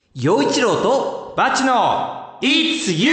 陽一郎とバチの It's You!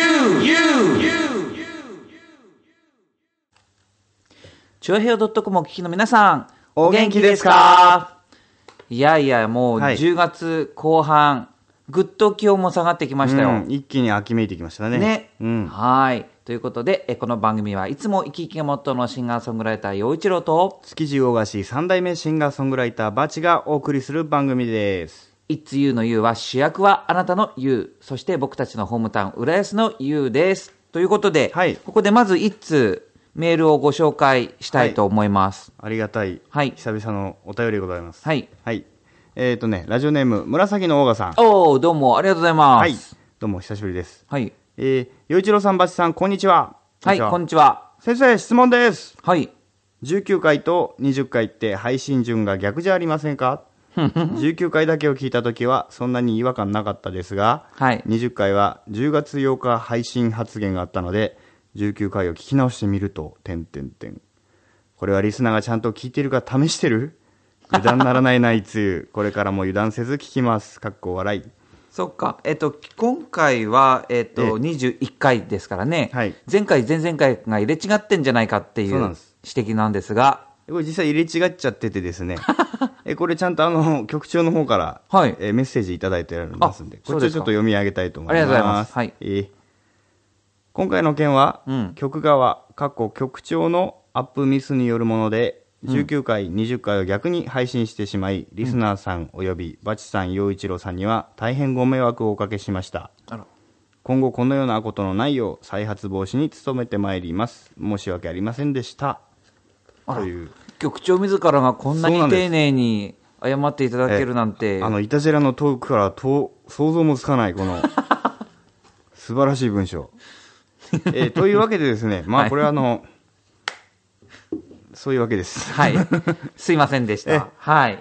チュアヘオ .com をお聞きの皆さん、 お元気ですか？ いやいや、もう10月後半、ぐっと気温も下がってきましたよ。 一気に秋めいてきましたね。 ね。はい。ということで、この番組はいつも生き生きがモットーのシンガーソングライター陽一郎と築地魚河岸3代目シンガーソングライターバチがお送りする番組です。 It's You の You は主役はあなたの You、 そして僕たちのホームタウン浦安の You です。ということで、ここでまず一通メールをご紹介したいと思います。 ありがたい、久々のお便りでございます。ラジオネーム紫のオーガさん。 どうもありがとうございます。 どうも久しぶりです。 陽一郎さん、バチさん、こんにちは。 こんにちは。 先生、質問です。19回と20回って配信順が逆じゃありませんか？19回だけを聞いたときはそんなに違和感なかったですが、20回は10月8日配信発言があったので、19回を聞き直してみると、これはリスナーがちゃんと聞いてるか試してる？油断ならないな、いつ。これからも油断せず聞きます。かっこ笑い。 そっか。今回は、21回ですからね。前回、前々回が入れ違ってんじゃないかっていう指摘なんですが。 これ実際入れ違っちゃっててですね。これちゃんと局長の方から、メッセージいただいてありますんで、こっちをちょっと読み上げたいと思います。 ありがとうございます。 今回の件は、局側、局長のアップミスによるもので、19回、20回を逆に配信してしまい、リスナーさんおよびバチさん、陽一郎さんには大変ご迷惑をおかけしました。今後このようなことのないよう再発防止に努めてまいります。申し訳ありませんでした。という。 局長自らがこんなに丁寧に謝っていただけるなんて。 イタジェラのトークから想像もつかないこの素晴らしい文章。というわけでですね、これはそういうわけです。 すいませんでした。 ホー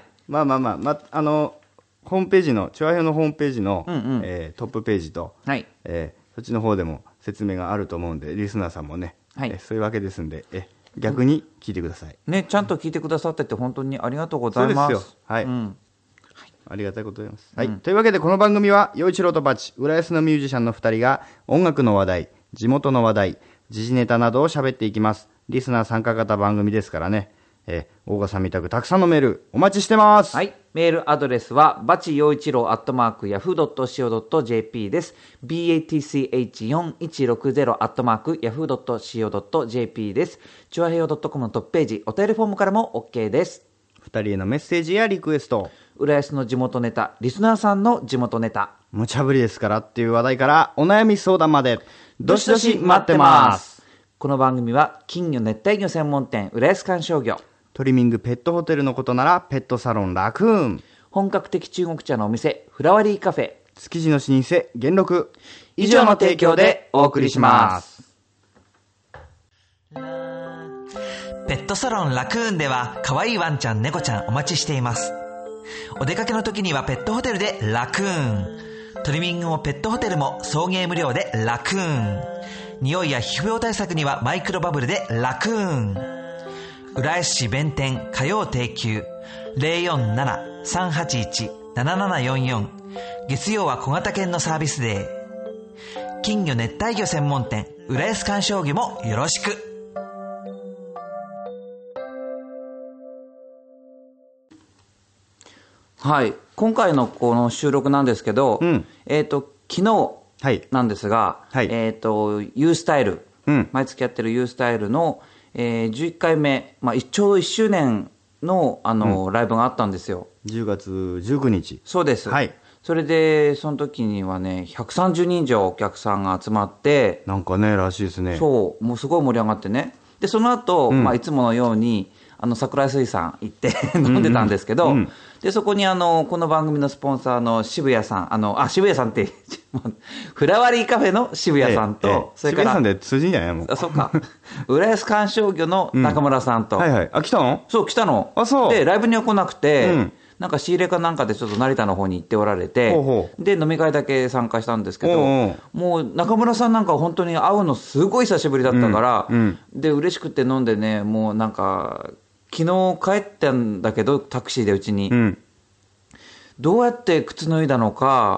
ムページの、チュアヘオのホームページの、トップページと、そっちの方でも説明があると思うんで、リスナーさんもね、そういうわけですんで、逆に聞いてください。 ちゃんと聞いてくださってて本当にありがとうございます。 そうですよ。ありがたいことでございます。というわけでこの番組は、陽一郎とバチ、浦安のミュージシャンの2人が音楽の話題、地元の話題、時事ネタなどを喋っていきます。リスナー参加型番組ですからね。大賀さんみたくたくさんのメールお待ちしてます。 メールアドレスはバチ陽一郎@yahoo.co.jp です。batch4160 yahoo.co.jp です。チュアヘオ .com のトップページお便りフォームからも OK です。 2人へのメッセージやリクエスト、 浦安の地元ネタ、リスナーさんの地元ネタ、 無茶ぶりですからっていう話題からお悩み相談までどしどし待ってます。 この番組は金魚熱帯魚専門店浦安観賞魚、 トリミングペットホテルのことならペットサロンラクーン、 本格的中国茶のお店フラワリーカフェ、 築地の老舗元禄、 以上の提供でお送りします。 ペットサロンラクーンでは可愛いワンちゃん猫ちゃんお待ちしています。お出かけの時にはペットホテルでラクーン、トリミングもペットホテルも送迎無料でラクーン、匂いや皮膚病対策にはマイクロバブルでラクーン。浦安市弁天火曜定休 047-381-7744、 月曜は小型犬のサービスデー。金魚熱帯魚専門店浦安観賞魚もよろしく。 今回のこの収録なんですけど、昨日なんですが、ユースタイル、毎月やってるユースタイルの、11回目、ちょうど1周年の、ライブがあったんですよ。 10月19日。 そうです。それでその時にはね、130人以上お客さんが集まって、 なんかねらしいですね。 もうすごい盛り上がってね。でその後、いつものように桜井水産行って飲んでたんですけど、でそこにこの番組のスポンサーの渋谷さん、渋谷さんってフラワリーカフェの渋谷さんと、それから渋谷さんで通じんじゃないもう。 そうか。浦安観賞魚の中村さんと、 来たの？ そう、来たの。でライブには来なくて、なんか仕入れかなんかでちょっと成田の方に行っておられて、で飲み会だけ参加したんですけど、もう中村さんなんか本当に会うのすごい久しぶりだったから、で嬉しくて飲んでね、もうなんか昨日帰ったんだけどタクシーでうちに、どうやって靴脱いだのか、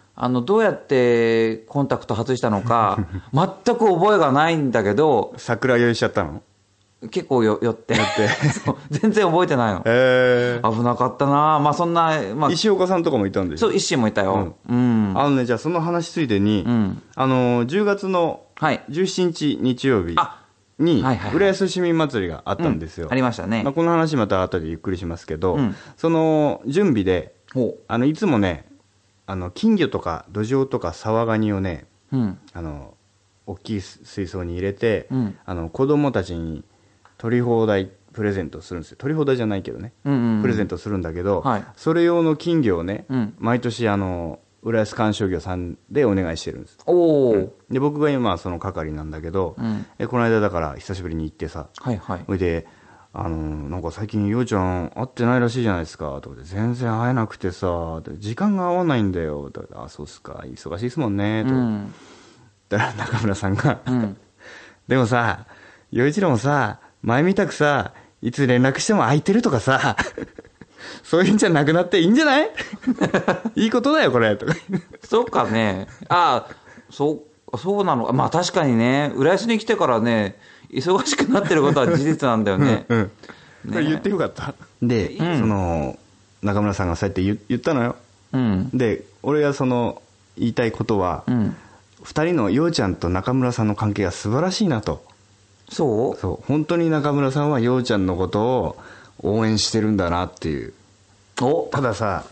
どうやってコンタクト外したのか、全く覚えがないんだけど。 桜酔いしちゃったの？ 結構酔ってそう全然覚えてないの。危なかったな。まあそんな、まあ、 石岡さんとかもいたんでしょ？ そう、石もいたよ。うん。 ね、じゃあその話ついでに、10月の17日日曜日に浦安市民祭りがあったんですよ。 ありましたね。 まあ、この話また後でゆっくりしますけど、その準備でいつもね、金魚とかドジョウとかサワガニをね、大きい水槽に入れて、子供たちに取り放題プレゼントするんですよ。取り放題じゃないけどね、プレゼントするんだけど、それ用の金魚をね、毎年浦安観賞魚さんでお願いしてるんです。で僕が今その係なんだけど、この間だから久しぶりに行ってさ、それでなんか最近ようちゃん会ってないらしいじゃないですかとかで、全然会えなくてさ、時間が合わないんだよとか、あ、そうっすか、忙しいですもんねと、だから中村さんが、でもさ、陽一郎もさ、前みたくさ、いつ連絡しても空いてるとかさ、そういうんじゃなくなっていいんじゃない？いいことだよこれとか。 そうかね。そうなの。まあ確かにね、浦安に来てからね、忙しくなってることは事実なんだよね。 これ言ってよかった。で、その中村さんがそうやって言ったのよ。で、俺が言いたいことは、2人のようちゃんと中村さんの関係が素晴らしいなと。 そう 、本当に中村さんはようちゃんのことを応援してるんだなっていう。たださ、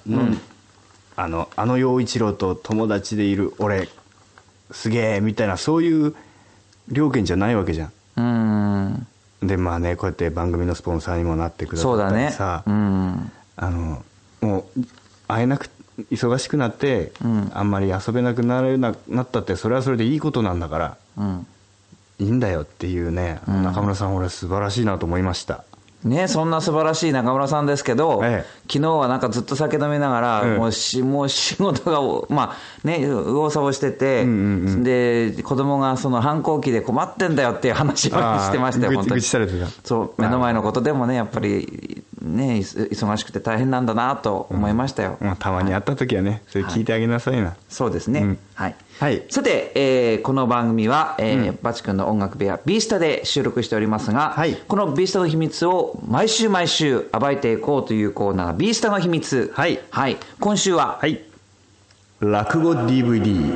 陽一郎と友達でいる俺すげえみたいな、そういう了見じゃないわけじゃん。でまあね、こうやって番組のスポンサーにもなってくださったりさ、もう会えなく忙しくなって、あんまり遊べなくなったって、それはそれでいいことなんだから、いいんだよっていうね、中村さん俺素晴らしいなと思いましたね。そんな素晴らしい中村さんですけど、昨日はなんかずっと酒飲みながら、もう仕事がまあね、右往左往してて、で子供がその反抗期で困ってんだよっていう話をしてましたよ。本当にそう目の前のことでもね、やっぱりね、忙しくて大変なんだなと思いましたよ。 たまに会った時はね、それ聞いてあげなさいな。 そうですね。さて、この番組は、バチ君の音楽部屋 B スタで収録しておりますが、この B スタの秘密を毎週暴いていこうというコーナー、 B スタの秘密。今週は、 落語 DVD。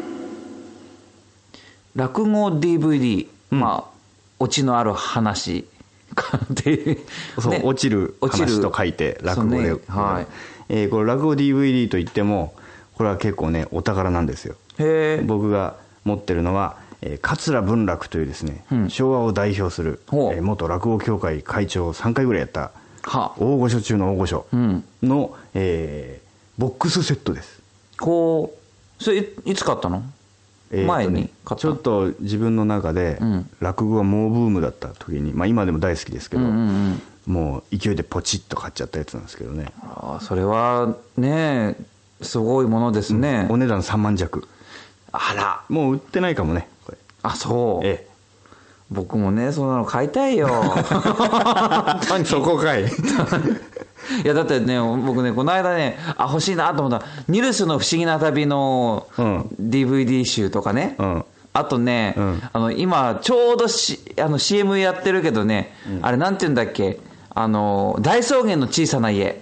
落語 DVD、まあオチのある話そう、落ちる話と書いて落語で、これ落語 DVD といってもこれは結構ねお宝なんですよ。僕が持ってるのは、桂文楽というですね、昭和を代表する、元落語協会会長を3回ぐらいやった大御所中の大御所の、ボックスセットです。 それいつ買ったの？前に買った？ ちょっと自分の中で落語が猛ブームだった時に、まあ今でも大好きですけど、もう勢いでポチッと買っちゃったやつなんですけどね。 それはねすごいものですね。 お値段3万弱。 あら、 もう売ってないかもねこれ。 そう。僕もねそんなの買いたいよ。 そこかい。 いやだってね、僕ねこの間ね、欲しいなと思ったニルスの不思議な旅の DVD 集とかね、あとね、今ちょうどCM やってるけどね、あれなんて言うんだっけ、大草原の小さな家。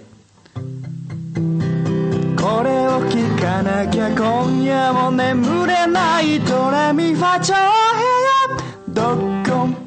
これを聞かなきゃ今夜も眠れないドレミファチョヘヤドッコン。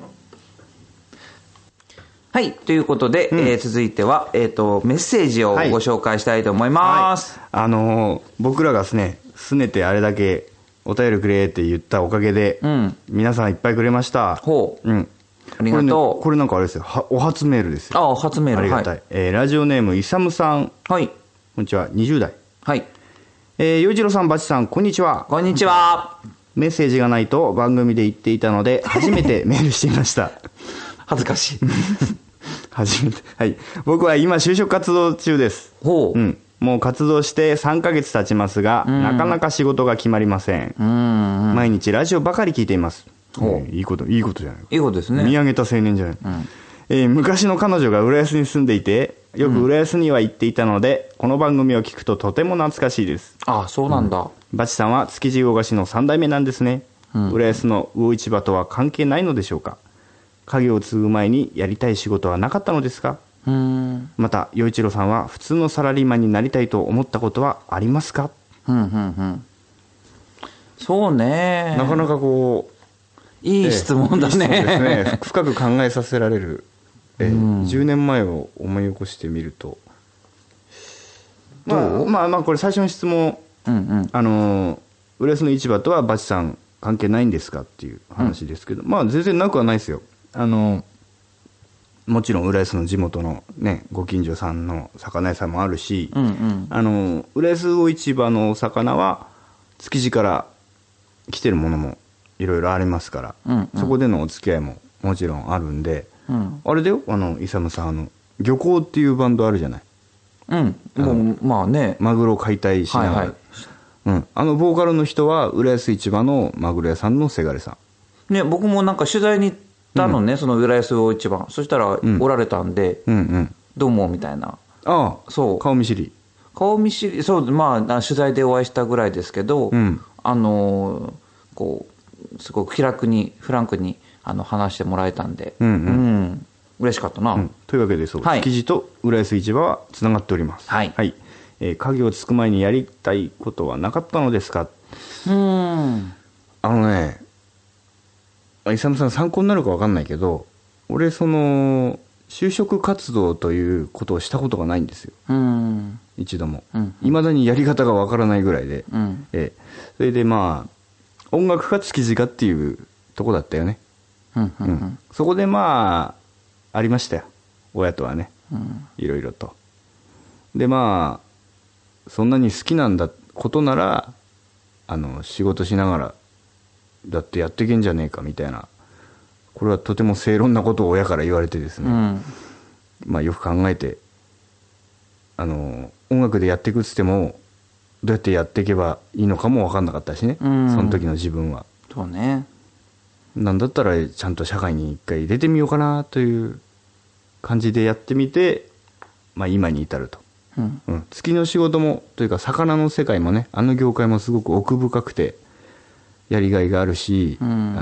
はい、ということで、続いては、メッセージをご紹介したいと思います。 僕らがですね、すねてあれだけお便りくれって言ったおかげで、皆さんいっぱいくれました。 ありがとう。 これなんかあれですよ、お初メールですよ。 お初メール。 ありがたい。ラジオネームイサムさん。こんにちは、20代。洋一郎さん、バチさん、こんにちは。 こんにちは。 メッセージがないと番組で言っていたので初めてメールしてみました。 恥ずかしい。 初めて。僕は今就職活動中です。もう活動して3ヶ月経ちますが、なかなか仕事が決まりません。毎日ラジオばかり聞いています。いいことじゃない。 いいことですね。 見上げた青年じゃない。昔の彼女が浦安に住んでいて、 よく浦安には行っていたので、この番組を聞くととても懐かしいです。 ああ、そうなんだ。 バチさんは築地魚河岸の3代目なんですね。浦安の魚市場とは関係ないのでしょうか。家業を継ぐ前にやりたい仕事はなかったのですか。また陽一郎さんは普通のサラリーマンになりたいと思ったことはありますか。 そうね、 なかなかこういい質問だね。 そうですね深く考えさせられる、10年前を思い起こしてみると、まあこれ最初の質問、浦安の市場とはバチさん関係ないんですかっていう話ですけど、まあ全然なくはないですよ。もちろん浦安の地元のねご近所さんの魚屋さんもあるし、浦安魚市場のお魚は築地から来てるものもいろいろありますから、そこでのお付き合いももちろんあるんで、あれだよ、勇さん漁港っていうバンドあるじゃない。 もうまあね、 マグロ解体しながら、ボーカルの人は浦安市場のマグロ屋さんのせがれさんね。僕もなんか取材に行ったのね、その浦安魚市場。そしたらおられたんで、どうもみたいな。 そう顔見知り、 そう、まあ取材でお会いしたぐらいですけど、こうすごく気楽にフランクに話してもらえたんで、嬉しかったな。 というわけで、そう、築地と浦安市場はつながっております。家業を継ぐ前にやりたいことはなかったのですか。勇さん参考になるか分かんないけど、俺就職活動ということをしたことがないんですよ、一度も。いまだにやり方が分からないぐらいで、それでまあ音楽か築地かっていうとこだったよね。そこでまあありましたよ、親とはね、いろいろと。でまあそんなに好きなんだことなら仕事しながらだってやっていけんじゃねえかみたいな、これはとても正論なことを親から言われてですね、まあよく考えて音楽でやっていくっつってもどうやってやっていけばいいのかも分かんなかったしね、その時の自分は。 そうね。 なんだったらちゃんと社会に一回出てみようかなという感じでやってみて、まあ今に至ると。月の仕事もというか魚の世界もね、業界もすごく奥深くてやりがいがあるし、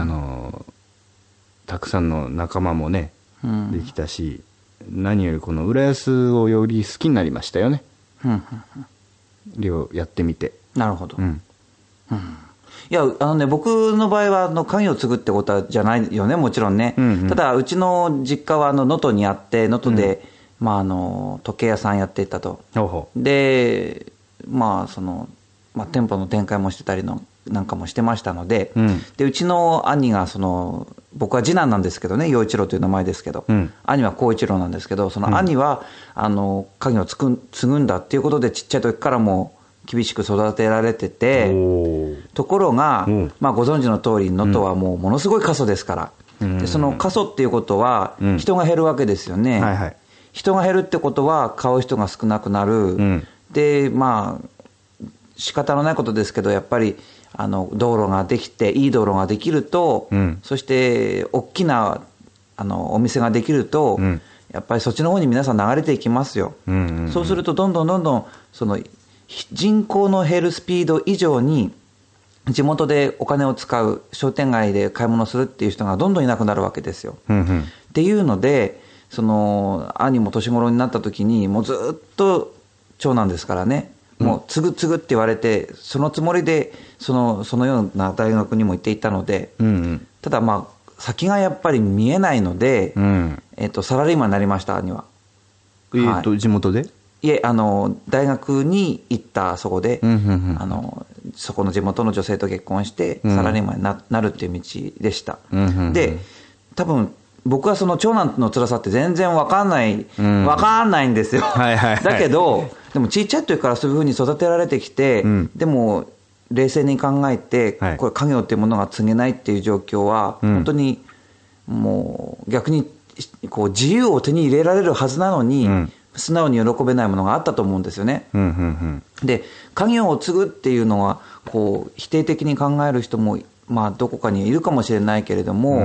たくさんの仲間もね、できたし、何よりこの浦安をより好きになりましたよね、やってみて。 なるほど。いや僕の場合は家業を継ぐってことじゃないよね、もちろんね。ただうちの実家は能登にあって、能登で、時計屋さんやっていたと。で店舗の展開もしてたりなんかもしてましたので、でうちの兄が僕は次男なんですけどね、陽一郎という名前ですけど、兄は光一郎なんですけど、その兄は家業を継ぐんだっていうことでちっちゃい時からも厳しく育てられてて、ところが、ご存知の通り能登はもうものすごい過疎ですから、でその過疎っていうことは人が減るわけですよね。人が減るってことは買う人が少なくなる、で仕方のないことですけど、やっぱり道路ができて、いい道路ができると、そして大きなお店ができると、やっぱりそっちの方に皆さん流れていきますよ。そうするとどんどん人口の減るスピード以上に地元でお金を使う、商店街で買い物するっていう人がどんどんいなくなるわけですよ。っていうので、兄も年頃になった時に、もうずっと長男ですからね、もう継ぐって言われて、そのつもりでそのような大学にも行っていたので、ただ先がやっぱり見えないので、サラリーマンになりました、兄は。 地元で？ いえ、大学に行ったそこで、そこの地元の女性と結婚してサラリーマンになるっていう道でした。で多分僕はその長男の辛さって全然分かんないんですよ。だけどでもちっちゃい時からそういうふうに育てられてきて、でも冷静に考えて、これ家業っていうものが継げないっていう状況は、本当にもう逆にこう自由を手に入れられるはずなのに、素直に喜べないものがあったと思うんですよね。で家業を継ぐっていうのはこう否定的に考える人もどこかにいるかもしれないけれども、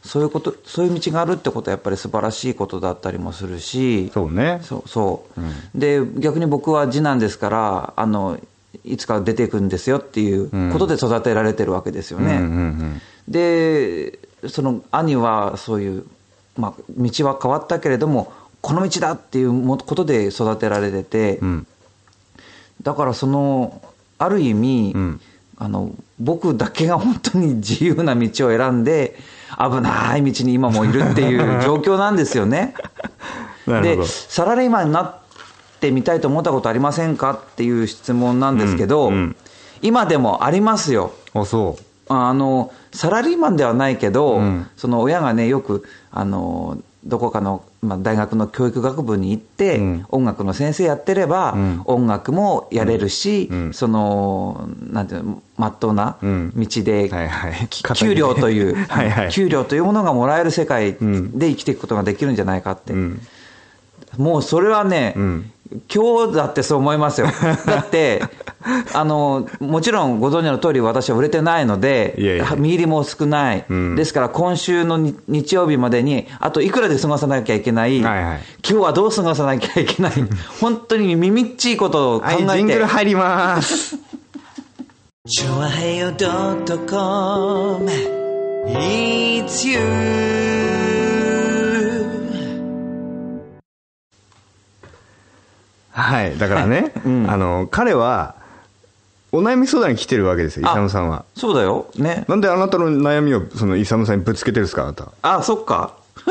そういう道があるってことはやっぱり素晴らしいことだったりもするし、 そうね、 で逆に僕は次男ですからいつか出ていくんですよっていうことで育てられてるわけですよね。でその兄はそういう、道は変わったけれどもこの道だっていうことで育てられてて、だからある意味、僕だけが本当に自由な道を選んで危ない道に今もいるっていう状況なんですよね。でサラリーマンになってみたいと思ったことありませんかっていう質問なんですけど、今でもありますよ。 そうサラリーマンではないけど、その親がねよくどこかの、大学の教育学部に行って、音楽の先生やってれば、音楽もやれるし、なんていうの、まっとうな道で、給料というものがもらえる世界で生きていくことができるんじゃないかって、もうそれはね、今日だってそう思いますよ。だってもちろんご存知の通り私は売れてないので、見入りも少ない、ですから今週の日曜日までにあといくらで過ごさなきゃいけない、今日はどう過ごさなきゃいけない本当に耳っちいことを考えて、 ジングル入りますチョアヘヨ.com It's you。 だからね、彼はお悩み相談に来てるわけですよ、勇さんは。 そうだよね。 なんであなたの悩みを勇さんにぶつけてるんですか、あなた。 そっか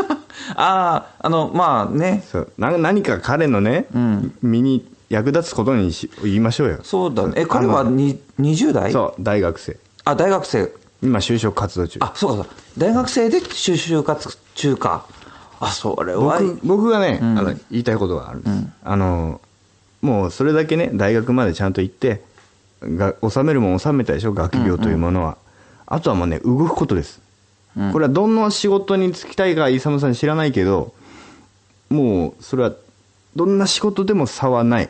まあね、 何か彼のね、身に役立つことに言いましょうよ。 そうだね。彼は20代？ そう、大学生。 大学生。 今就職活動中。 そうか、大学生で就活中か。それは僕がね、言いたいことがあるんです。もうそれだけね、大学までちゃんと行って収めるもん収めたでしょ、学業というものは。あとはもうね、動くことです。これはどの仕事に就きたいか勇さん知らないけど、もうそれはどんな仕事でも差はない。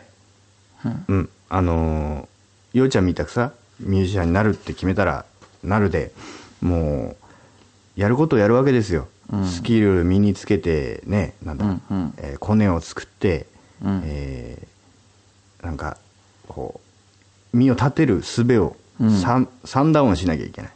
ようちゃんみたくさ、ミュージシャンになるって決めたらなるで、もうやることをやるわけですよ。スキル身につけてね、コネを作って、なんかこう身を立てる術を3ダウンしなきゃいけない。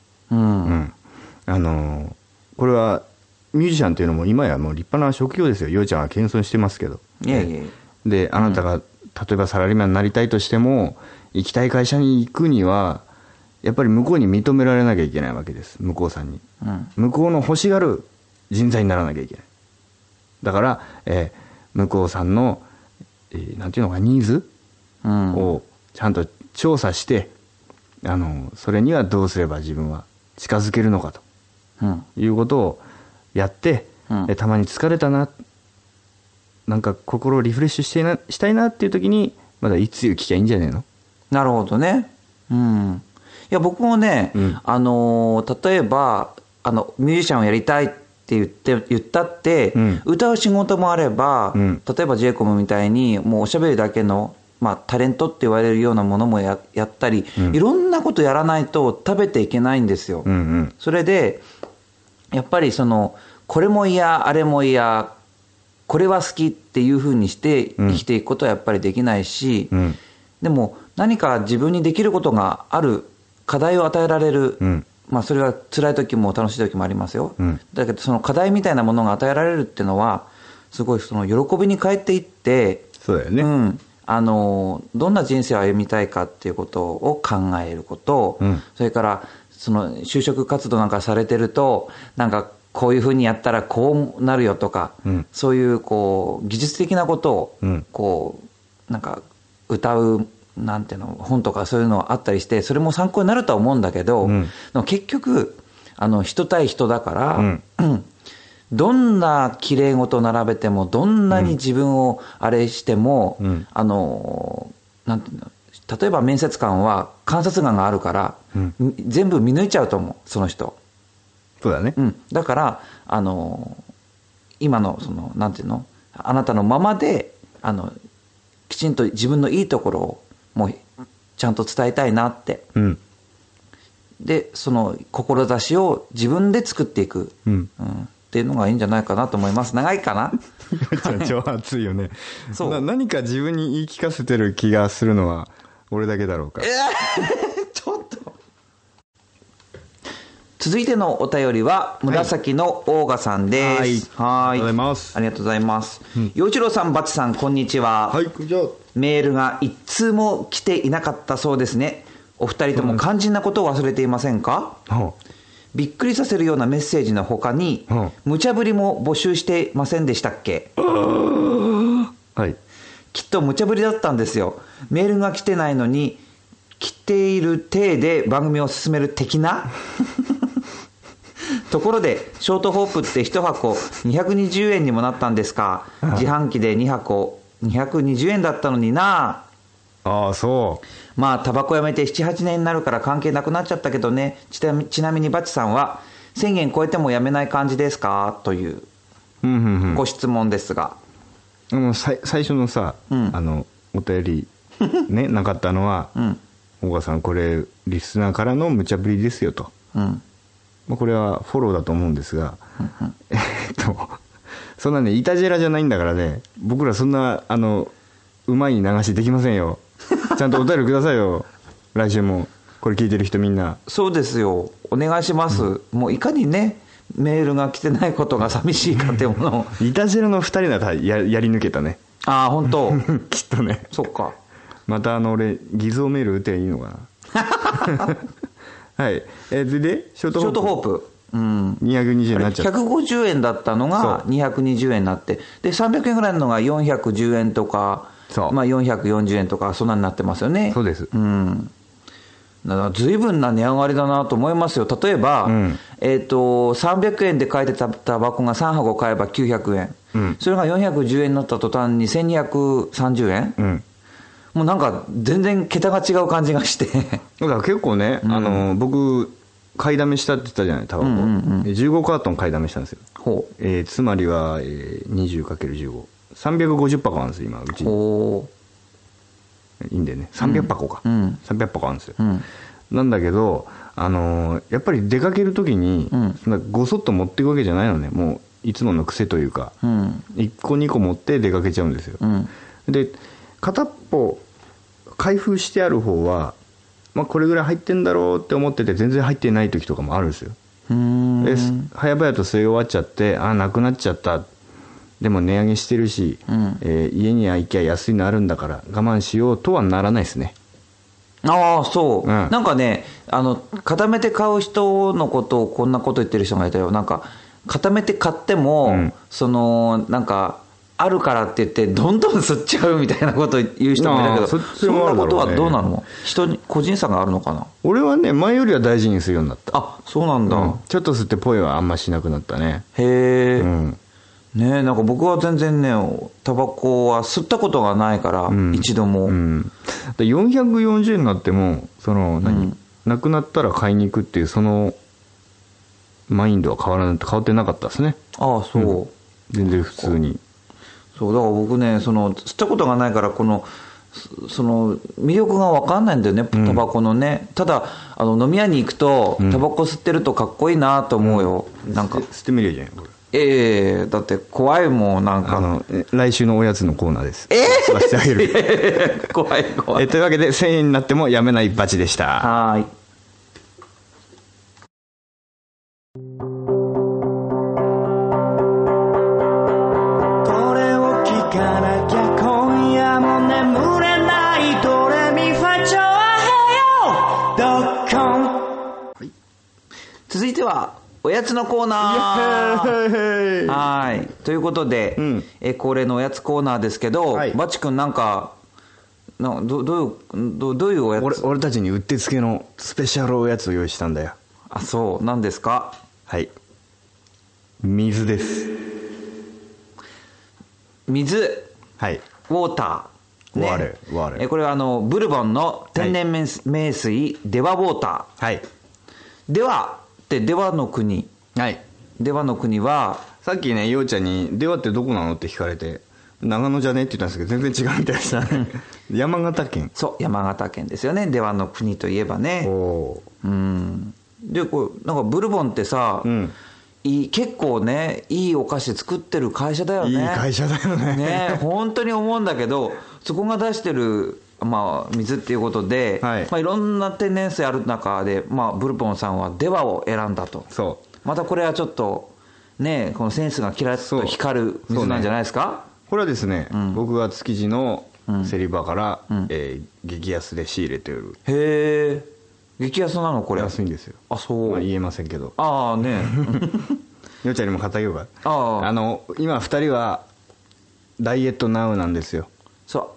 これはミュージシャンというのも今やもう立派な職業ですよ。ようちゃんは謙遜してますけど。であなたが例えばサラリーマンになりたいとしても、行きたい会社に行くにはやっぱり向こうに認められなきゃいけないわけです。向こうさんに、向こうの欲しがる人材にならなきゃいけない。だから、向こうさんの、なんていうのか、ニーズをちゃんと調査して、それにはどうすれば自分は近づけるのかと、いうことをやって、たまに疲れたな、なんか心をリフレッシュしたいなっていう時にまだいつ聞きゃいいんじゃねえの。 なるほどね。いや僕もね、例えばミュージシャンをやりたいって言ったって、歌う仕事もあれば、例えば J コムみたいにもうおしゃべりだけの、タレントって言われるようなものも やったり、いろんなことやらないと食べていけないんですよ。それでやっぱりこれも嫌あれも嫌、これは好きっていうふうにして生きていくことはやっぱりできないし、でも何か自分にできることがある、課題を与えられる、それは辛い時も楽しい時もありますよ。だけどその課題みたいなものが与えられるっていうのはすごい喜びに変えていって、 そうだよね。 どんな人生を歩みたいかっていうことを考えること、それから就職活動なんかされてると、なんかこういうふうにやったらこうなるよとか、そういう技術的なことをなんか歌うなんていうの本とかそういうのあったりして、それも参考になるとは思うんだけど、でも結局人対人だから、どんなきれい事を並べても、どんなに自分をあれしても、なんていうの、例えば面接官は観察眼があるから、全部見抜いちゃうと思う、その人。 そうだね。 だから今のなんていうの、あなたのままできちんと自分のいいところをもうちゃんと伝えたいなって、 でその志を自分で作っていく、っていうのがいいんじゃないかなと思います。長いかな超熱いよね。そう何か自分に言い聞かせてる気がするのは俺だけだろうか。 ちょっと。続いてのお便りは紫のオーガさんです。 はい。ありがとうございます。 ありがとうございます。陽一郎さん、バチさん、こんにちは。 はい、こんにちは。 メールが一通も来ていなかったそうですね。お二人とも肝心なことを忘れていませんか？びっくりさせるようなメッセージの他に、無茶ぶりも募集してませんでしたっけ？ はい。 きっと無茶ぶりだったんですよ。メールが来てないのに、来ている体で番組を進める的なところで、ショートホープって1箱220円にもなったんですか？自販機で2箱220円だったのにな。 ああ、そう。 まあタバコやめて 7,8 年になるから関係なくなっちゃったけどね。ちなみにバチさんは1000円超えてもやめない感じですか？というご質問ですが、 最初のさ、お便りねなかったのは、大川さんこれリスナーからの無茶ぶりですよと、これはフォローだと思うんですが、そんなねイタジェラじゃないんだからね、僕らそんなうまいに流しできませんよ。ちゃんとお便りくださいよ。来週もこれ聞いてる人みんな。 そうですよ、お願いします。もういかにねメールが来てないことが寂しいかっていうものをイタジェラの2人なら やり抜けたね。 ああ本当きっとね。 そっか。 また俺偽造メール打てばいいのかな。はい。でショートホープ、220円になっちゃった。 150円だったのが220円になって、で300円ぐらいのが410円とか、まあ、440円とかそんなになってますよね。 そうです。 だから随分な値上がりだなと思いますよ。例えば、300円で買えてたタバコが3箱買えば900円、それが410円になった途端に1230円、もうなんか全然桁が違う感じがしてだから結構ね、僕買いだめしたって言ったじゃない、タバコ、15カートン買いだめしたんですよ。つまりは、20×15 350箱あるんですよ今うちに。いいんだよね、300箱か、300箱あるんですよ、なんだけど、やっぱり出かける時に、そんなごそっと持っていくわけじゃないのね。もういつもの癖というか、1個2個持って出かけちゃうんですよ、で片っぽ開封してある方は、これぐらい入ってんだろうって思ってて全然入ってない時とかもあるんですよ。で早々と吸い終わっちゃって、なくなっちゃった、でも値上げしてるし、家に行きゃ安いのあるんだから我慢しようとはならないですね。 ああそう、なんかね固めて買う人のことをこんなこと言ってる人がいたよ。なんか固めて買っても、なんかあるからって言ってどんどん吸っちゃうみたいなこと言う人もいたけど、そんなことはどうなの？人に個人差があるのかな？ 俺はね前よりは大事にするようになった。 あ、そうなんだ、 ちょっと吸ってポイはあんましなくなったね。 へえ、ねえ、なんか僕は全然ねタバコは吸ったことがないから、一度も、 440円になってもなくなったら買いに行くっていうそのマインドは変わってなかったですね。 ああそう、 全然普通に。 そうだから僕ね吸ったことがないからその魅力が分かんないんだよね、タバコのね。ただ飲み屋に行くと、タバコ吸ってるとかっこいいなと思うよ、なんか吸ってみるじゃんこれ。 だって怖いもん、なんか来週のおやつのコーナーです。吸わせてあげる。 怖い怖い。 というわけで1000円になってもやめないバチでした。 はい。続いてはおやつのコーナー。はい。ということで、恒例のおやつコーナーですけど、バチ君なんかどういうおやつ？ 俺たちにうってつけのスペシャルおやつを用意したんだよ。 あ、そう。何ですか？ はい。水です。 水。 はい。 ウォーター。 ね、 これはブルボンの天然名水、デワウォーター。 はい。 デワってデワの国。 はい。 デワの国はさっきねようちゃんにデワってどこなのって聞かれて長野じゃねって言ったんですけど全然違うみたいでしたね。 山形県。 そう、山形県ですよね。出羽の国といえばね。で、なんかブルボンってさ、結構ね、いいお菓子作ってる会社だよね。 いい会社だよね。 ね、本当に思うんだけど、そこが出してる、水っていうことで、いろんな天然水ある中で、ブルボンさんは出羽を選んだと。 そう。 またこれはちょっと、ね、このセンスがキラッと光る水なんじゃないですか。 これはですね、僕が築地のセリ場から、激安で仕入れてる。 へえ、激安なのこれ。 安いんですよ。 あ、そう。 言えませんけど。 ああね。 よっちゃんにも買ってあげようか。今2人はダイエットナウなんですよ。 そう、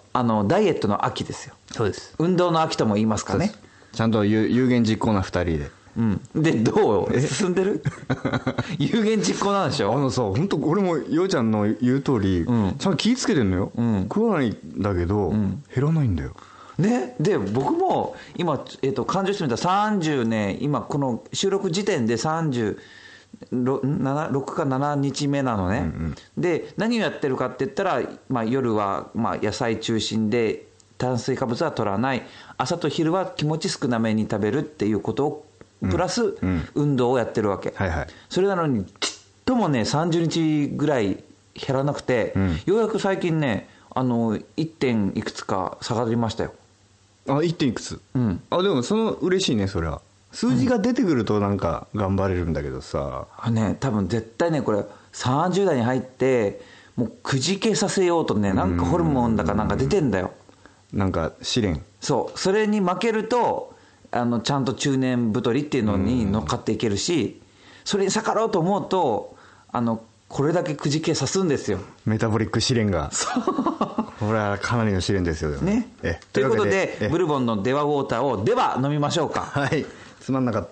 ダイエットの秋ですよ。 そうです。 運動の秋とも言いますかね。 ちゃんと有言実行な2人で。 で、どう進んでる？有言実行なんでしょ。 さ、本当俺もようちゃんの言う通り、ちゃんと気ぃつけてんのよ。食わないんだけど、減らないんだよ。ね、 で僕も今、勘定してみたら30ね、今この収録時点で36か7日目なのね。で何をやってるかって言ったら、夜は野菜中心で炭水化物は取らない、朝と昼は気持ち少なめに食べるっていうことをプラス運動をやってるわけ。それなのにちっともね30日ぐらい減らなくて、ようやく最近ね1点いくつか下がりましたよ。1点いくつ？でも嬉しいね。それは数字が出てくるとなんか頑張れるんだけどさ、多分絶対ねこれ30代に入ってもうくじけさせようとね、なんかホルモンだかなんか出てんだよ。なんか試練。そう、それに負けるとちゃんと中年太りっていうのに乗っかっていけるし、それに逆らおうと思うとこれだけくじけさすんですよ、メタボリック試練が。そうこれはかなりの試練ですよね。ということでブルボンの出羽ウォーターをでは飲みましょうか。はい、つまんなかった。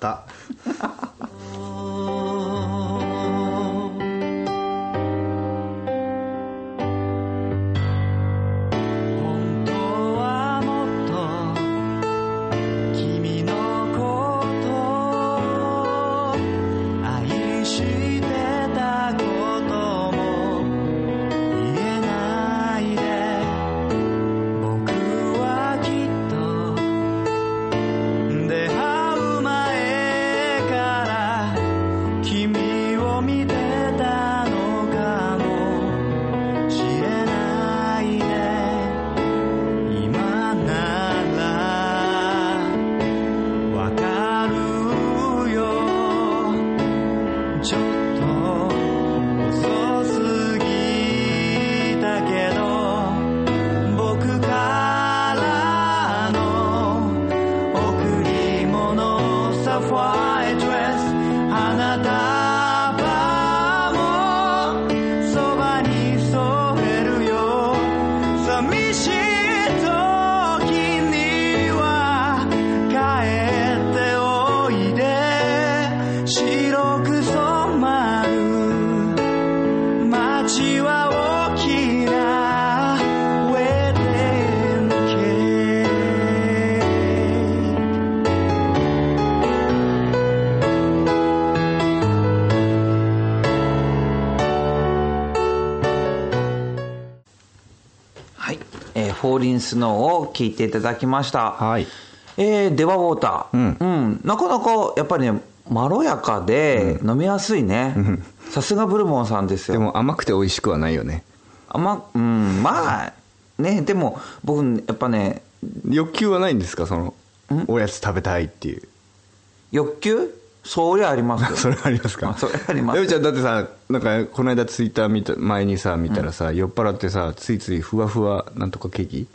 フォーリンスノーを聞いていただきました。はい。デワウォーター。なかなかやっぱりね、まろやかで飲みやすいね。さすがブルボンさんですよ。でも甘くて美味しくはないよね。まあ、ね、でも僕、やっぱね。欲求はないんですか、おやつ食べたいっていう。欲求？そりゃありますよ。それありますか。それあります。よちゃんだってさ、なんかこの間ツイッター前にさ見たらさ、酔っ払ってさついついふわふわなんとかケーキ。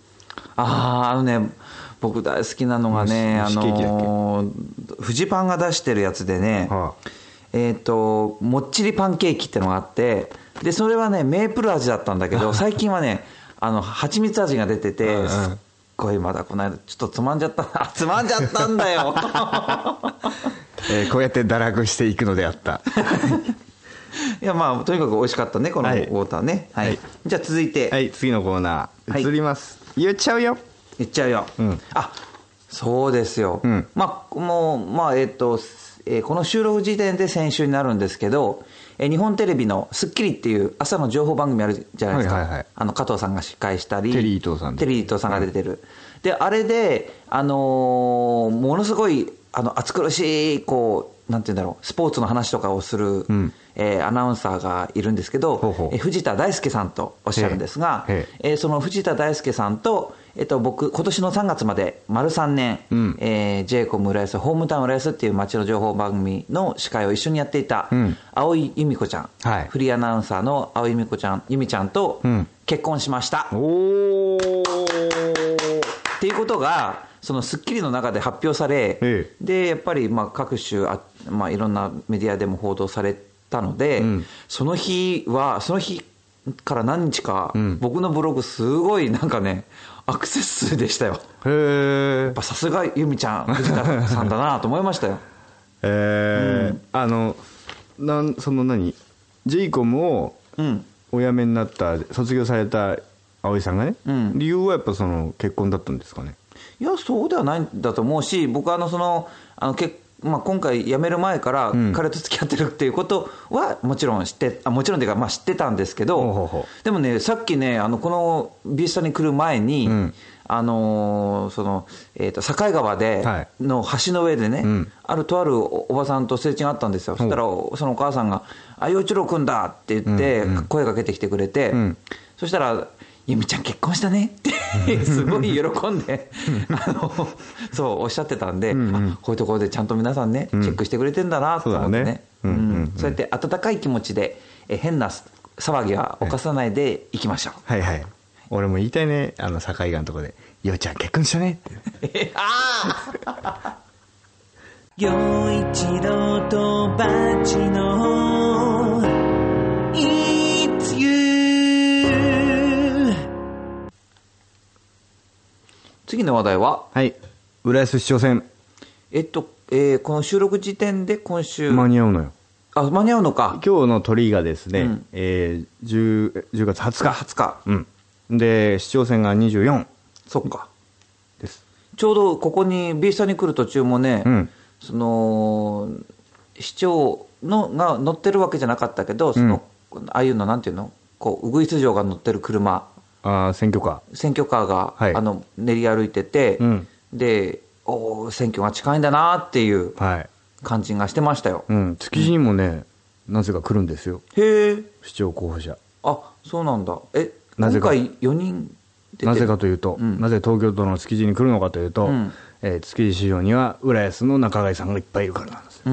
僕大好きなのがね、フジパンが出してるやつでね、もっちりパンケーキってのがあって、でそれはねメープル味だったんだけど、最近はね蜂蜜味が出てて、すっごいまだこの間ちょっとつまんじゃったんだよ。こうやって堕落していくのであった。いやとにかく美味しかったねこのウォーターね。はい。じゃあ続いて、はい、次のコーナー移ります。言っちゃうよ。そうですよ。もうこの収録時点で先週になるんですけど、 日本テレビのスッキリっていう朝の情報番組あるじゃないですか。 はいはいはい、 加藤さんが司会したり、 テリー伊藤さんが出てる。で、あれで、ものすごい、暑苦しい、こう、なんていうんだろう、スポーツの話とかをする、アナウンサーがいるんですけど、藤田大輔さんとおっしゃるんですが、その藤田大輔さんと、僕、今年の3月まで丸3年、j コム浦安、ホームタウン浦安っていう街の情報番組の司会を一緒にやっていた、青井由美子ちゃん、フリーアナウンサーの青井由美ちゃんと結婚しました。 おー。 っていうことが、そのスッキリの中で発表され、でやっぱり各種いろんなメディアでも報道されたので、その日から何日か、僕のブログすごいなんかねアクセス数でしたよ。やっぱさすが由美ちゃん、藤田さんだなと思いましたよ。 そのジェイコムをお辞めになった、卒業された葵さんがね、理由はやっぱその結婚だったんですかね。 いや、そうではないんだと思うし、僕は今回辞める前から彼と付き合ってるっていうことはもちろん知ってたんですけど、でもね、さっきね、このビースタに来る前に、境川での橋の上でね、とあるおばさんとすれ違ったんですよ。そしたらそのお母さんが「陽一郎君だ」って言って声かけてきてくれて、そしたら「由美ちゃん結婚したね」ってすごい喜んでそうおっしゃってたんで、こういうところでちゃんと皆さんねチェックしてくれてんだなと思ってね、そうやって温かい気持ちで変な騒ぎは犯さないでいきましょう。 はいはい、俺も言いたいね、境川のとこで「ようちゃん結婚したね」って陽一郎とバチの It's you。 次の話題は、 浦安市長選。 この収録時点で今週間に合うのよ。 間に合うのか。 今日の鳥がですね、10月20日。で、市長選が24。 そっか。 です。 ちょうどここに、ビースタに来る途中もね、その、市長が乗ってるわけじゃなかったけど、ああいうの、なんていうの、こう、ウグイス嬢が乗ってる車。 選挙カーが、練り歩いてて、で、選挙が近いんだなっていう感じがしてましたよ。 築地にもね、なぜか来るんですよ。 へえ。 市長候補者。 あ、そうなんだ。今回4人出てる。 なぜかというと、なぜ東京都の築地に来るのかというと、築地市場には浦安の中貝さんがいっぱいいるからなんですよ。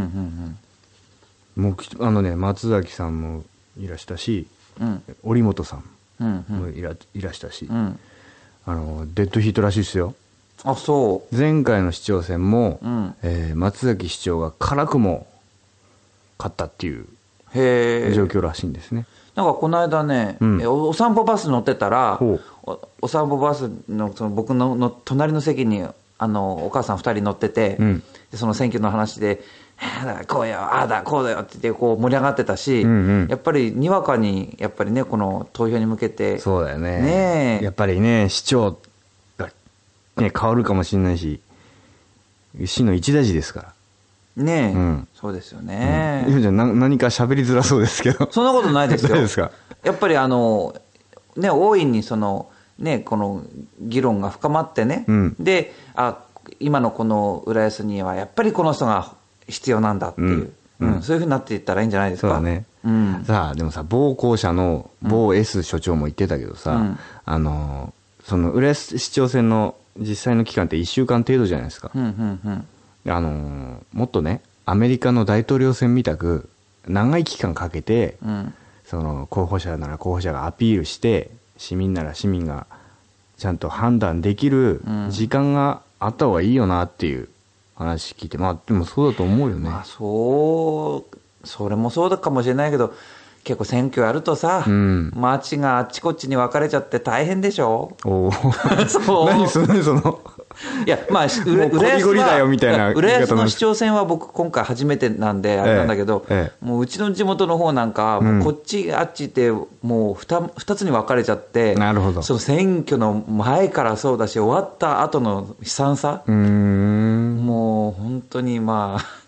もう松崎さんもいらしたし、織本さんもいらしたし、デッドヒートらしいですよ。 あ、そう。 前回の市長選も、松崎市長が辛くも勝ったっていう状況らしいんですね。 なんかこの間ね、お散歩バス乗ってたら、お散歩バスの僕の隣の席にお母さん2人乗ってて、でその選挙の話でこうよ、ああだこうだよって言ってこう盛り上がってたし、やっぱりにわかにやっぱりね、この投票に向けて、 そうだよね、やっぱりね、市長が、ね、変わるかもしれないし、市の一大事ですからね。 そうですよね。 じゃ何か喋りづらそうですけど。 そんなことないですよ。 ですか。 やっぱり大いにこの議論が深まってね、で今のこの浦安にはやっぱりこの人が必要なんだっていう、そういうふうになっていったらいいんじゃないですか。 そうだね。さあでもさ、某校舎の某 S 所長も言ってたけどさ、その浦安市長選の実際の期間って1週間程度じゃないですか。もっとね、アメリカの大統領選みたく長い期間かけて、その候補者なら候補者がアピールして、市民なら市民がちゃんと判断できる時間があった方がいいよなっていう話聞いて、まあでもそうだと思うよね。 それもそうだかもしれないけど、結構選挙やるとさ、街があっちこっちに分かれちゃって大変でしょ。 何そのいや、まあ浦安の市長選は僕今回初めてなんであれなんだけど、もううちの地元の方なんか、もうこっちあっちってもう 2つに分かれちゃって、 なるほど。 その選挙の前からそうだし、終わった後の悲惨さ、もう本当にまあ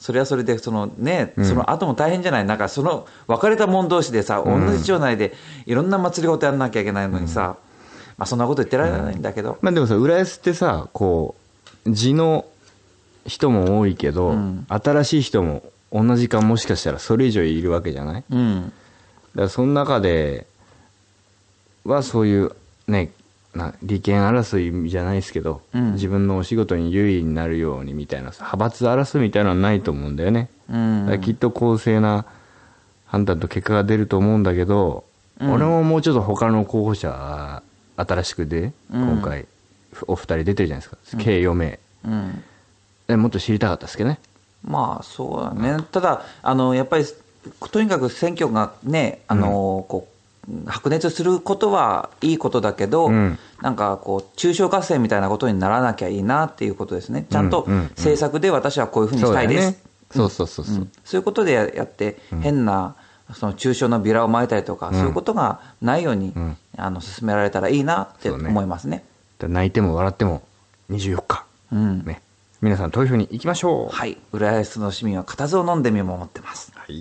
それはそれでその後も大変じゃない。なんかその別れた者同士でさ、同じ町内でいろんな祭りごとやんなきゃいけないのにさ、まあそんなこと言ってられないんだけど、 まあでもさ、浦安ってさ、こう地の人も多いけど、新しい人も同じかもしかしたらそれ以上いるわけじゃない。だからその中ではそういうね、利権争いじゃないですけど、自分のお仕事に優位になるようにみたいな派閥争いみたいなのはないと思うんだよね。だからきっと公正な判断と結果が出ると思うんだけど、俺ももうちょっと他の候補者新しくで、今回お二人出てるじゃないですか、計4名、もっと知りたかったですけどね。 まあそうだね。ただやっぱりとにかく選挙がね、こう白熱することはいいことだけど、なんかこう中小合戦みたいなことにならなきゃいいなっていうことですね。ちゃんと政策で私はこういうふうにしたいです、そういうことでやって、変なその中小のビラを撒いたりとか、そういうことがないように、進められたらいいなって思いますね。 泣いても笑っても24日、ね、皆さん投票に行きましょう。 はい、浦安の市民は固唾を飲んで見守ってます。 はい。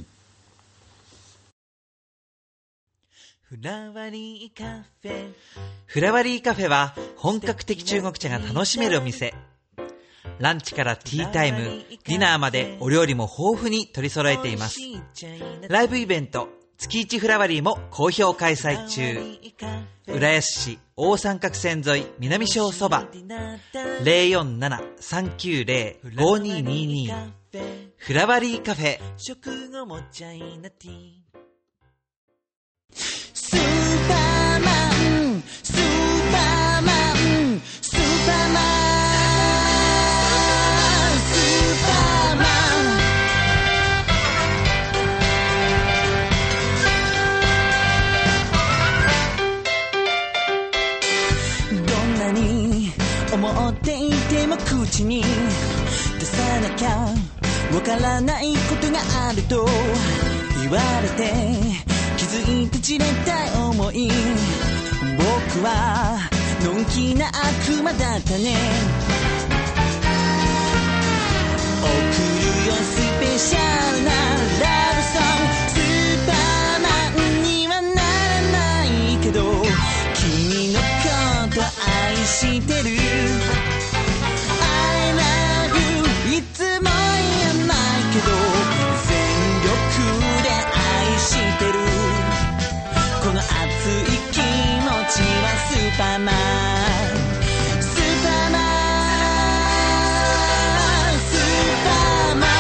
フラワリーカフェ。フラワリーカフェは本格的中国茶が楽しめるお店。ランチからティータイム、ディナーまでお料理も豊富に取り揃えています。ライブイベント、月一フラワリーも好評開催中。浦安市大三角線沿い南小そば 047-390-5222 フラワリーカフェ。スーパーマン、スーパーマン、スーパーマン、スーパーマン。どんなに思っていても口に出さなきゃわからないことがあると言われて、気づいて散れた思い、僕はのんきな悪魔だったね。送るよスペシャルなラブソング、スーパーマンにはならないけど君のこと愛してる。 I love you いつも言えないけど全力で愛してる。この熱い気持ちはスーパーマン、スーパーマン、スーパーマ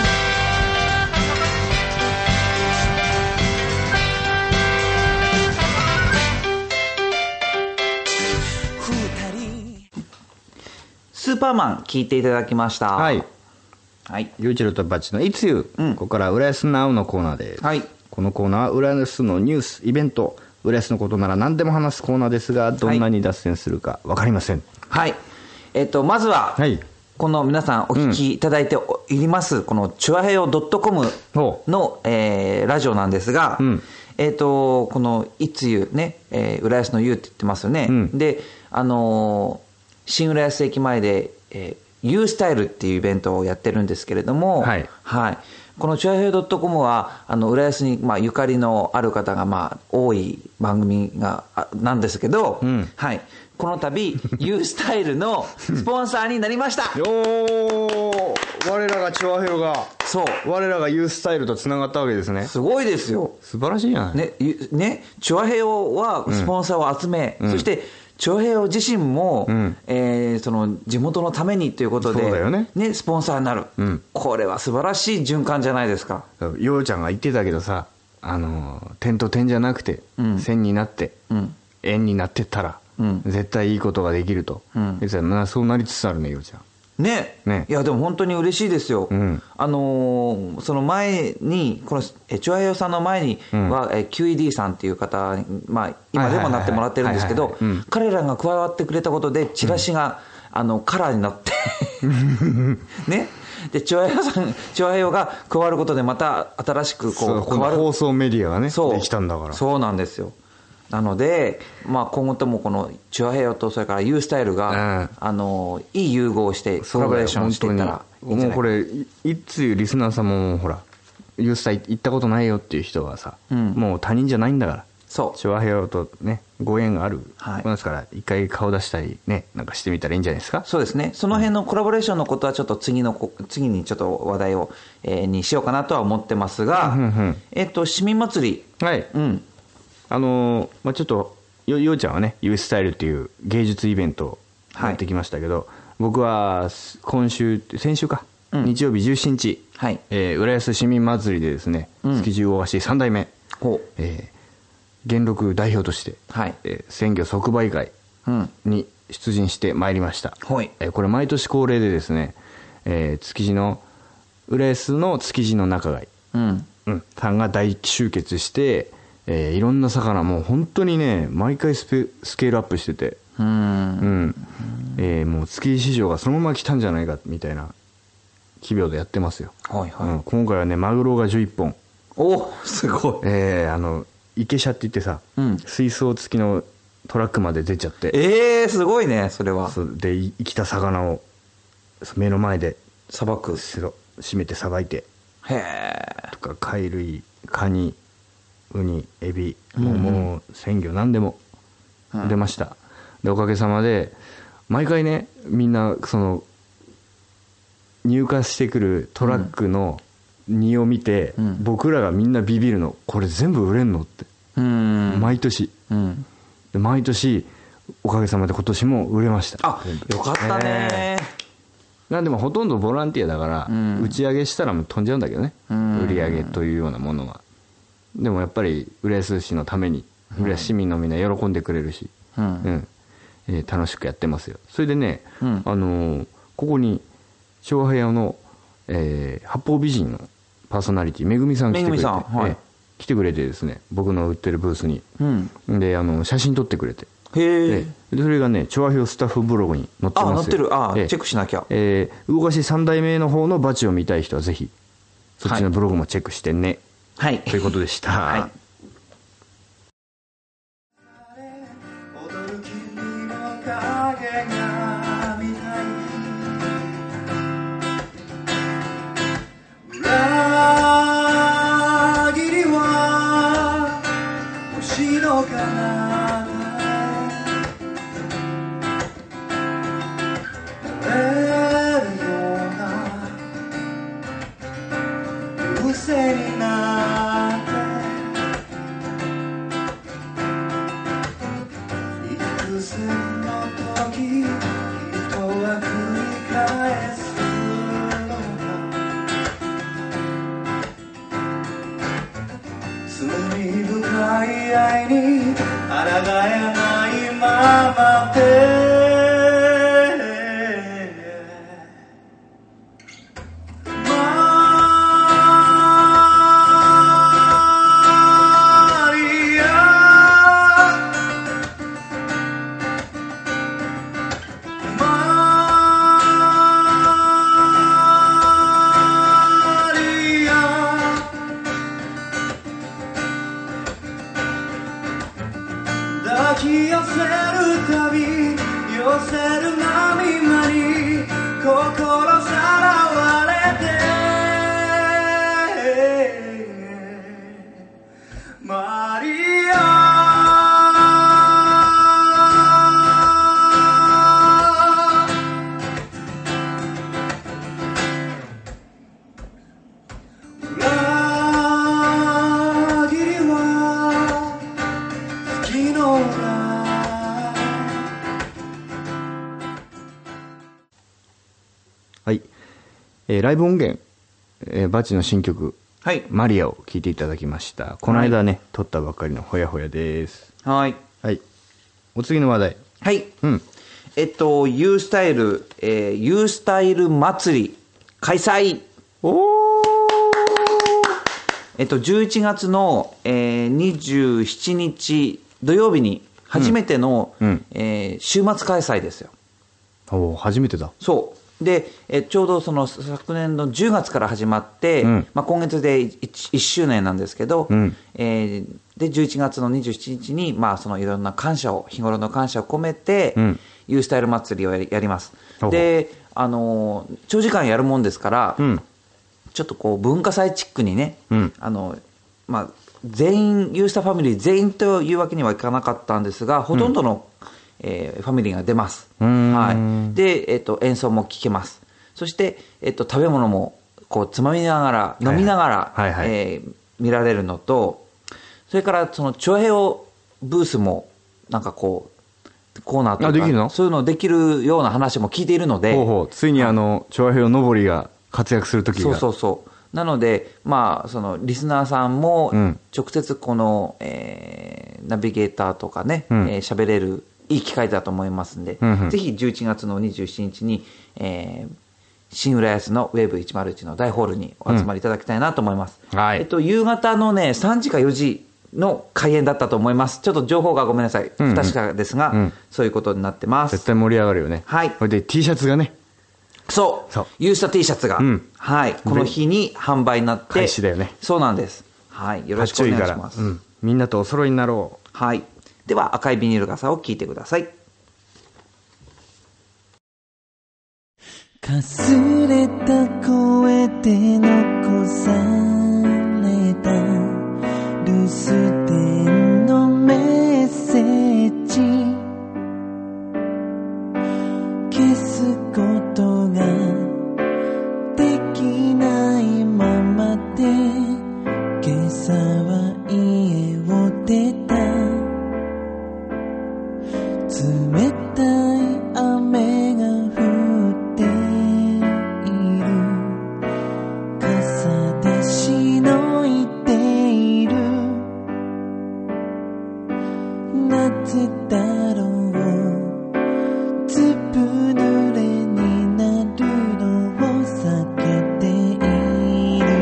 ン。 スーパーマン聞いていただきました。 はい、 はい、 ゆういちろうとバッチのいつゆ、ここから浦安ナウのコーナーです。はい、このコーナーは浦安のニュース、イベント、浦安のことなら何でも話すコーナーですが、どんなに脱線するか分かりません。 はい、まずは、はい、この皆さんお聞きいただいています、このチュアヘヨ .com の、ラジオなんですが、このいつゆね、浦安のゆうって言ってますよね。で、新浦安駅前で、ユースタイルっていうイベントをやってるんですけれども、はいはい、このチュアヘヨ .com は浦安に、ゆかりのある方が、多い番組なんですけど、はい、この度ユースタイルのスポンサーになりました。 よー、我らがチュアヘヨが、そう我らがユースタイルとつながったわけですね。 すごいですよ。 素晴らしいじゃない。 ね、チュアヘヨはスポンサーを集め、そしてチュアヘヨ自身も、その地元のためにということで、そうだよね、スポンサーになる、これは素晴らしい循環じゃないですか。 ようちゃんが言ってたけどさ、点と点じゃなくて、線になって、円になってったら、絶対いいことができると、そうなりつつあるね、ようちゃんね。いやでも本当に嬉しいですよ。その前にこのチュアヘヨさんの前には、QED さんっていう方、今でもなってもらってるんですけど、彼らが加わってくれたことでチラシが、カラーになってね。でチュアヘヨが加わることでまた新しくこう変わる放送メディアがねできたんだから。 そうなんですよ。 なので、まあ、今後ともこのチュアヘヨとそれからユースタイルが、いい融合してコラボレーションしていったらいいんじゃないか。 もうこれいついうリスナーさんもほらユースタイ行ったことないよっていう人はさ、もう他人じゃないんだから、 そうチュアヘヨとねご縁があるものですから、一回顔出したりねなんかしてみたらいいんじゃないですか。 そうですね。その辺のコラボレーションのことはちょっと次にちょっと話題を、にしようかなとは思ってますが、市民祭り、 はい、まあ、ちょっとようちゃんはねユースタイルっていう芸術イベントをやってきましたけど、僕は先週か、日曜日17日、浦安市民祭りでですね、築地魚河岸3代目、元禄代表として、鮮魚即売会に出陣してまいりました。これ毎年恒例でですね、築地の浦安の築地の仲買さんが大集結して、いろんな魚もう本当にね毎回スケールアップしてて、もう築地市場がそのまま来たんじゃないかみたいな奇妙でやってますよ。今回はねマグロが11本。 おすごい。 池車って言ってさ、水槽付きのトラックまで出ちゃって、 すごいねそれは。 で生きた魚を目の前でさばく、 締めてさばいて、とか貝類、カニ、ウニ、エビ、もう鮮魚何でも出ました。でおかげさまで毎回ねみんなその入荷してくるトラックの荷を見て、僕らがみんなビビるの、これ全部売れんのって、毎年、で毎年おかげさまで今年も売れました。 よかったね。 なんでもほとんどボランティアだから、打ち上げしたらもう飛んじゃうんだけどね、売り上げというようなものは。でもやっぱり浦安市のために浦安市民のみんな喜んでくれるし、楽しくやってますよ。それでね、ここに昭和平和の、八方美人のパーソナリティめぐみさん来てくれてですね、僕の売ってるブースに、で写真撮ってくれて、でそれがねチョアヘヨスタッフブログに載ってますよ。 載ってる。チェックしなきゃ。 魚河岸3代目の方のバチを見たい人はぜひそっちのブログもチェックしてね、ということでした。ライブ音源、バチの新曲、マリアを聴いていただきました。この間ね、撮ったばっかりのほやほやです。お次の話題。 ユースタイル、ユースタイル祭り開催。11月の、27日土曜日に初めての、週末開催ですよ。 初めてだ。 そう。 でちょうどその昨年の10月から始まって、今月で 1周年なんですけど、で11月の27日に、そのいろんな感謝を、日頃の感謝を込めて、ユースタイル祭りをやります。で長時間やるもんですから、ちょっとこう文化祭チックにね、全員ユースタファミリー全員というわけにはいかなかったんですが、ほとんどの、ファミリーが出ます。はい、で、演奏も聴けます。そして、食べ物もこうつまみながら飲みながら見られるのと、それからそのチョアヘオブースもなんかこうコーナーとかできるの？ そういうのできるような話も聞いているので、 ついにチョアヘオのぼりが活躍する時が。 そうなので、そのリスナーさんも直接この、ナビゲーターとかね、喋れるいい機会だと思いますんで、ぜひ11月の27日に、新浦安のウェーブ101の大ホールにお集まりいただきたいなと思います。夕方のね、3時か4時の開演だったと思います。ちょっと情報がごめんなさい、不確かですが、そういうことになってます。 絶対盛り上がるよね。 はい。 これで T シャツがね。 そう。ユースタ T シャツが、はい。この日に販売になって。 開始だよね。 そうなんです。はい。よろしくお願いします。 みんなとお揃いになろう。 はい。では、赤いビニール傘を聞いてください。 かすれた声で残された留守電のメッセージ、消すことができないままで今朝は家を出た。冷たい雨が降っている。傘でしのいている。なぜだろう。ずぶ濡れになるのを避けている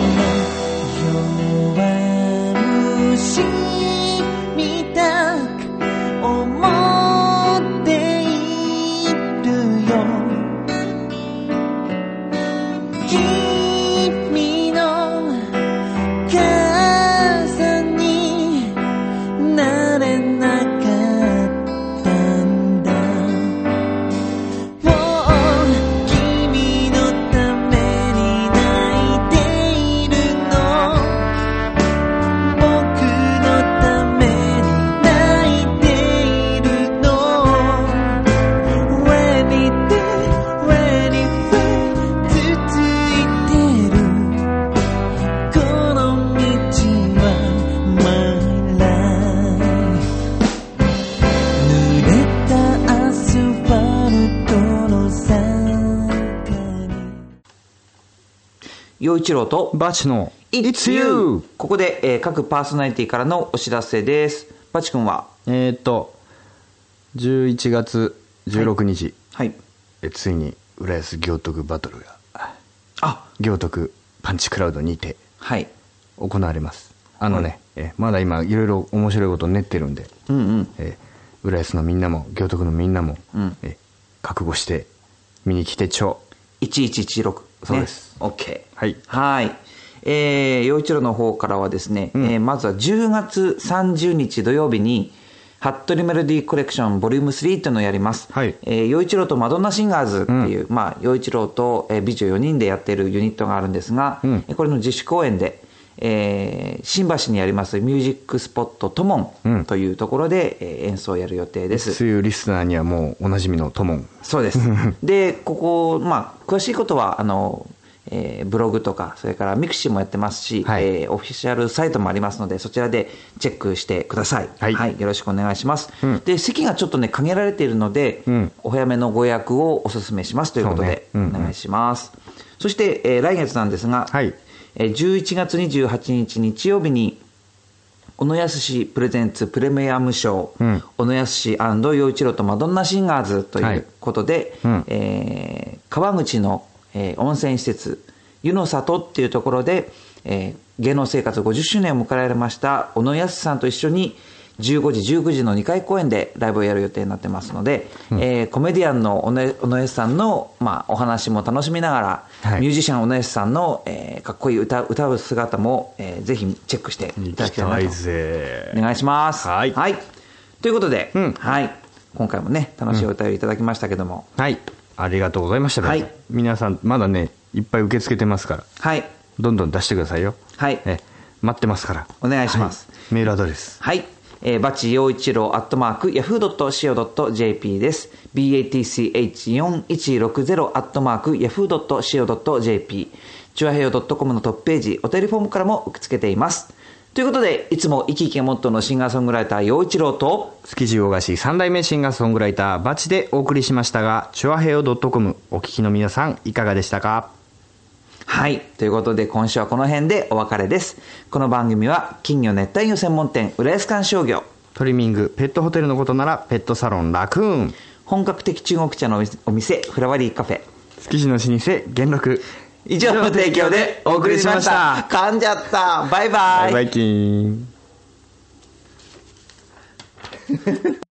のが弱虫みたく思っているよ。君の傘になれなかったんだ。君のために泣いているの。僕のために泣いているの。When it did, when it fell 続いてる。この道は My life。 濡れたアスファルトの坂に。 陽一郎とバチの It's You。 ここで、各パーソナリティからのお知らせです。バチ君は 11月16日、 はい、 ついに浦安行徳バトルが行徳パンチクラウドにて行われます。まだ今いろいろ面白いことを練ってるんで、浦安のみんなも行徳のみんなも、覚悟して見に来てちょう。 1116、ね、 そうです。 OK。 はいはい。陽一郎の方からはですね、まずは10月30日土曜日に服部メロディーコレクションボリューム3というのをやります。陽一郎とマドンナシンガーズっていう、陽一郎と美女4人でやっているユニットがあるんですが、これの自主公演で、新橋にありますミュージックスポットトモンというところで、演奏をやる予定です。 そういうリスナーにはもうおなじみのトモン。 そうです。でここ、詳しいことはブログとかそれからミクシーもやってますし、オフィシャルサイトもありますので、そちらでチェックしてください。よろしくお願いします。で席がちょっとね限られているので、お早めのご予約をお勧めしますということで、お願いします。そして、来月なんですが、11月28日日曜日に小野康プレゼンツプレミアムショー、小野康陽一郎とマドンナシンガーズということで、川口の温泉施設湯の里っていうところで、芸能生活50周年を迎えられました小野康さんと一緒に 15時、19時の2回公演でライブをやる予定になってますので、コメディアンの尾上さんの、お話も楽しみながら、ミュージシャン尾上さんの、かっこいい歌う姿も、ぜひチェックしていただきたいなと。お願いします。はい。ということで、はい。今回もね、楽しいお便りいただきましたけども。 はい。ありがとうございました。はい。皆さん、まだね、いっぱい受け付けてますから。はい。どんどん出してくださいよ。はい。待ってますから。 お願いします。 メールアドレス。 はい。バチ陽一郎@yahoo.co.jp です。batch4160 @yahoo.co.jp。チュアヘヨ .com のトップページ、お便りフォームからも受け付けています。ということで、いつも生き生きがモットーのシンガーソングライター陽一郎と、 築地大菓子3代目シンガーソングライターバチでお送りしましたが、チュアヘヨ .com お聞きの皆さんいかがでしたか？ はい。ということで、今週はこの辺でお別れです。この番組は、金魚熱帯魚専門店、浦安観商業。 トリミング、ペットホテルのことなら、ペットサロンラクーン。 本格的中国茶のお店、フラワリーカフェ。 築地の老舗、元禄。 以上の提供でお送りしました。噛んじゃった。バイバイ。 バイバイキーン。